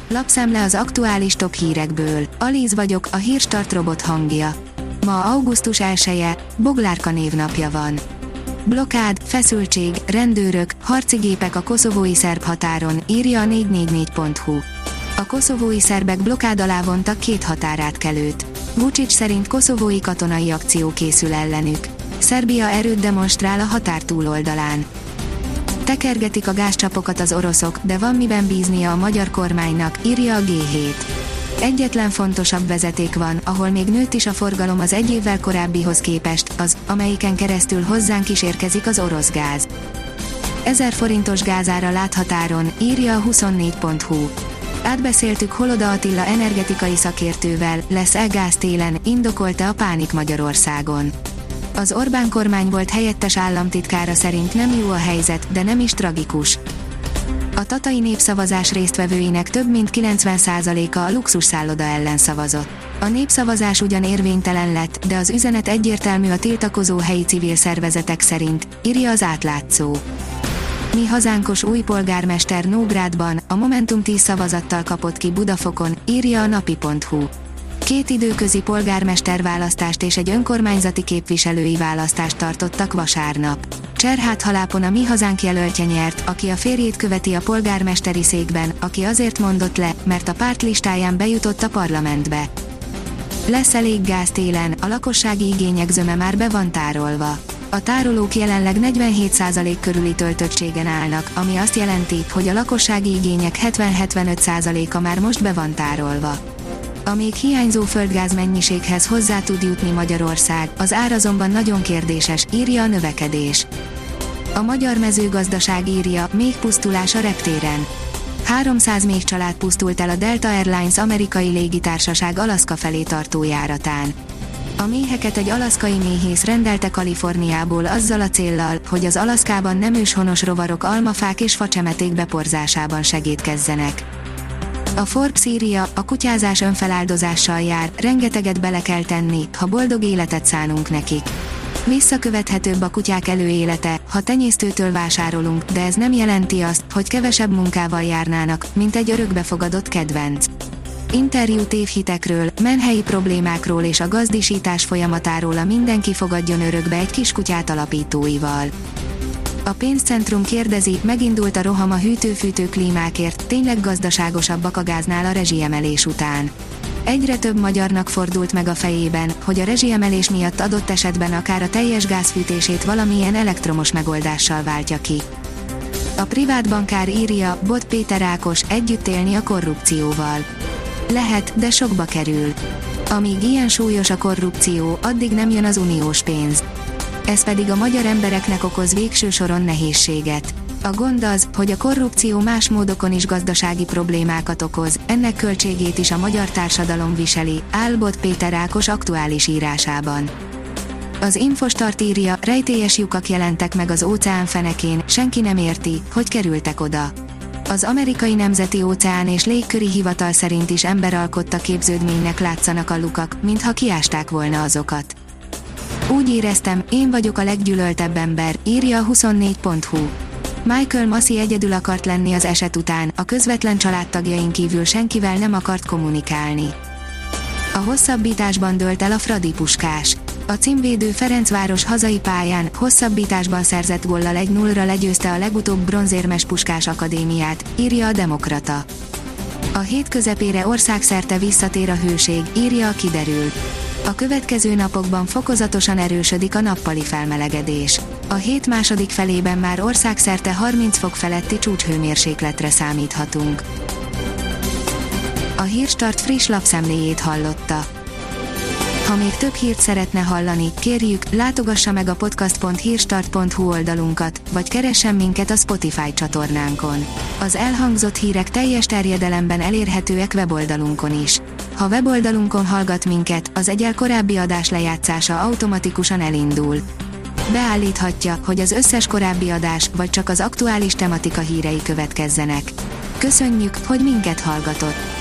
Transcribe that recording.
Lapszemle az aktuális top hírekből. Alíz vagyok, a Hírstart robot hangja. Ma augusztus 1-e, Boglárka névnapja van. Blokkád, feszültség, rendőrök, harci gépek a koszovói szerb határon, írja a 444.hu. A koszovói szerbek blokkád alá vontak 2 határátkelőt. Vučić szerint koszovói katonai akció készül ellenük. Szerbia erőt demonstrál a határ túloldalán. Tekergetik a gázcsapokat az oroszok, de van miben bíznia a magyar kormánynak, írja a G7. Egyetlen fontosabb vezeték van, ahol még nőtt is a forgalom az egy évvel korábbihoz képest, az, amelyiken keresztül hozzánk is érkezik az orosz gáz. 1000 forintos gázára láthatáron, írja a 24.hu. Átbeszéltük Holoda Attila energetikai szakértővel, lesz-e gáz télen, indokolta a pánik Magyarországon. Az Orbán kormány volt helyettes államtitkára szerint nem jó a helyzet, de nem is tragikus. A tatai népszavazás résztvevőinek több mint 90%-a a luxusszálloda ellen szavazott. A népszavazás ugyan érvénytelen lett, de az üzenet egyértelmű a tiltakozó helyi civil szervezetek szerint, írja az Átlátszó. Mi hazánkos új polgármester Nógrádban, a Momentum 10 szavazattal kapott ki Budafokon, írja a napi.hu. 2 időközi polgármesterválasztást és egy önkormányzati képviselői választást tartottak vasárnap. Cserhát-Halápon a Mi Hazánk jelöltje nyert, aki a férjét követi a polgármesteri székben, aki azért mondott le, mert a párt listáján bejutott a parlamentbe. Lesz elég gáz télen, a lakossági igények zöme már be van tárolva. A tárolók jelenleg 47% körüli töltöttségen állnak, ami azt jelenti, hogy a lakossági igények 70-75%-a már most be van tárolva. A még hiányzó földgáz mennyiséghez hozzá tud jutni Magyarország, az ár azonban nagyon kérdéses, írja a Növekedés. A magyar mezőgazdaság írja, még pusztulás a reptéren. 300 még család pusztult el a Delta Airlines amerikai légitársaság Alaszka felé tartó járatán. A méheket egy alaszkai méhész rendelte Kaliforniából azzal a céllal, hogy az Alaszkában nem őshonos rovarok almafák és facsemeték beporzásában segédkezzenek. A Forbes írja, a kutyázás önfeláldozással jár, rengeteget bele kell tenni, ha boldog életet szánunk nekik. Visszakövethetőbb a kutyák előélete, ha tenyésztőtől vásárolunk, de ez nem jelenti azt, hogy kevesebb munkával járnának, mint egy örökbefogadott kedvenc. Interjú tévhitekről, menhelyi problémákról és a gazdisítás folyamatáról a Mindenki fogadjon örökbe egy kiskutyát alapítóival. A pénzcentrum kérdezi, megindult a roham a hűtő-fűtő klímákért, tényleg gazdaságosabbak a gáznál a rezsiemelés után. Egyre több magyarnak fordult meg a fejében, hogy a rezsiemelés miatt adott esetben akár a teljes gázfűtését valamilyen elektromos megoldással váltja ki. A privát bankár írja, Bot Péter Ákos, együtt élni a korrupcióval. Lehet, de sokba kerül. Amíg ilyen súlyos a korrupció, addig nem jön az uniós pénz. Ez pedig a magyar embereknek okoz végső soron nehézséget. A gond az, hogy a korrupció más módokon is gazdasági problémákat okoz, ennek költségét is a magyar társadalom viseli, áll Bot Péter Ákos aktuális írásában. Az Infostart írja, rejtélyes lyukak jelentek meg az óceán fenekén, senki nem érti, hogy kerültek oda. Az Amerikai Nemzeti Óceán és Légköri Hivatal szerint is emberalkotta képződménynek látszanak a lukak, mintha kiásták volna azokat. Úgy éreztem, én vagyok a leggyűlöltebb ember, írja a 24.hu. Michael Massey egyedül akart lenni az eset után, a közvetlen családtagjain kívül senkivel nem akart kommunikálni. A hosszabbításban dőlt el a Fradi puskás. A címvédő Ferencváros hazai pályán hosszabbításban szerzett góllal 1-0-ra legyőzte a legutóbb bronzérmes Puskás Akadémiát, írja a Demokrata. A hét közepére országszerte visszatér a hőség, írja a Kiderül. A következő napokban fokozatosan erősödik a nappali felmelegedés. A hét második felében már országszerte 30 fok feletti csúcshőmérsékletre számíthatunk. A Hírstart friss lapszemléjét hallotta. Ha még több hírt szeretne hallani, kérjük, látogassa meg a podcast.hírstart.hu oldalunkat, vagy keressen minket a Spotify csatornánkon. Az elhangzott hírek teljes terjedelemben elérhetőek weboldalunkon is. Ha weboldalunkon hallgat minket, az egyel korábbi adás lejátszása automatikusan elindul. Beállíthatja, hogy az összes korábbi adás, vagy csak az aktuális tematika hírei következzenek. Köszönjük, hogy minket hallgatott!